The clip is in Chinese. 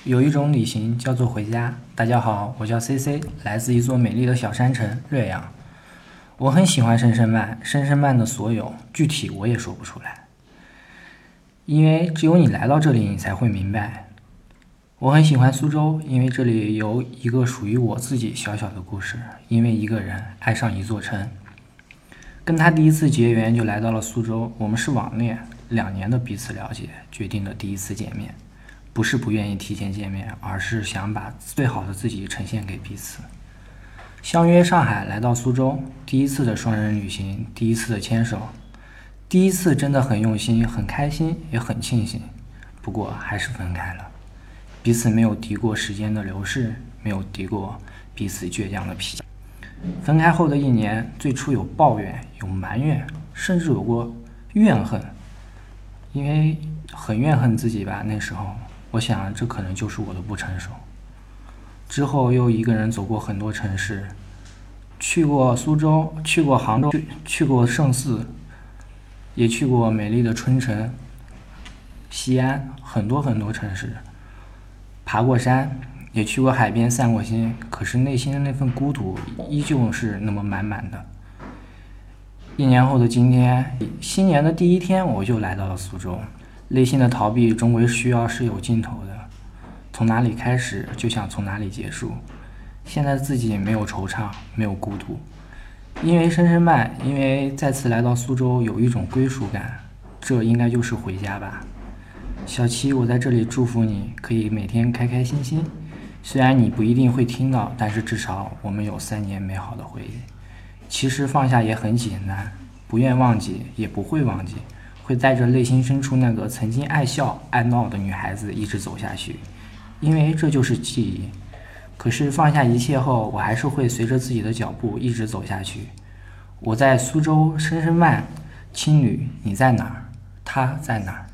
有一种旅行叫做回家。大家好，我叫 CC， 来自一座美丽的小山城瑞阳。我很喜欢深深慢，深深慢的所有，具体我也说不出来，因为只有你来到这里，你才会明白。我很喜欢苏州，因为这里有一个属于我自己小小的故事。因为一个人爱上一座城，跟他第一次结缘就来到了苏州。我们是网恋，2年的彼此了解，决定了第一次见面。不是不愿意提前见面，而是想把最好的自己呈现给彼此。相约上海，来到苏州，第一次的双人旅行，第一次的牵手，第一次真的很用心，很开心，也很庆幸。不过还是分开了，彼此没有敌过时间的流逝，没有敌过彼此倔强的脾气。分开后的1年，最初有抱怨，有埋怨，甚至有过怨恨，因为很怨恨自己吧。那时候我想，这可能就是我的不成熟。之后又一个人走过很多城市，去过苏州，去过杭州，去过圣寺，也去过美丽的春城、西安，很多很多城市。爬过山，也去过海边散过心，可是内心的那份孤独依旧是那么满满的。1年后的今天，新年的第1天，我就来到了苏州。内心的逃避终归是有尽头的，从哪里开始就想从哪里结束。现在自己没有惆怅，没有孤独，因为深深慢，因为再次来到苏州有一种归属感，这应该就是回家吧。小七，我在这里祝福你可以每天开开心心，虽然你不一定会听到，但是至少我们有3年美好的回忆。其实放下也很简单，不愿忘记也不会忘记，会带着内心深处那个曾经爱笑爱闹的女孩子一直走下去，因为这就是记忆。可是放下一切后，我还是会随着自己的脚步一直走下去。我在苏州深深慢，青旅，你在哪儿？他在哪儿？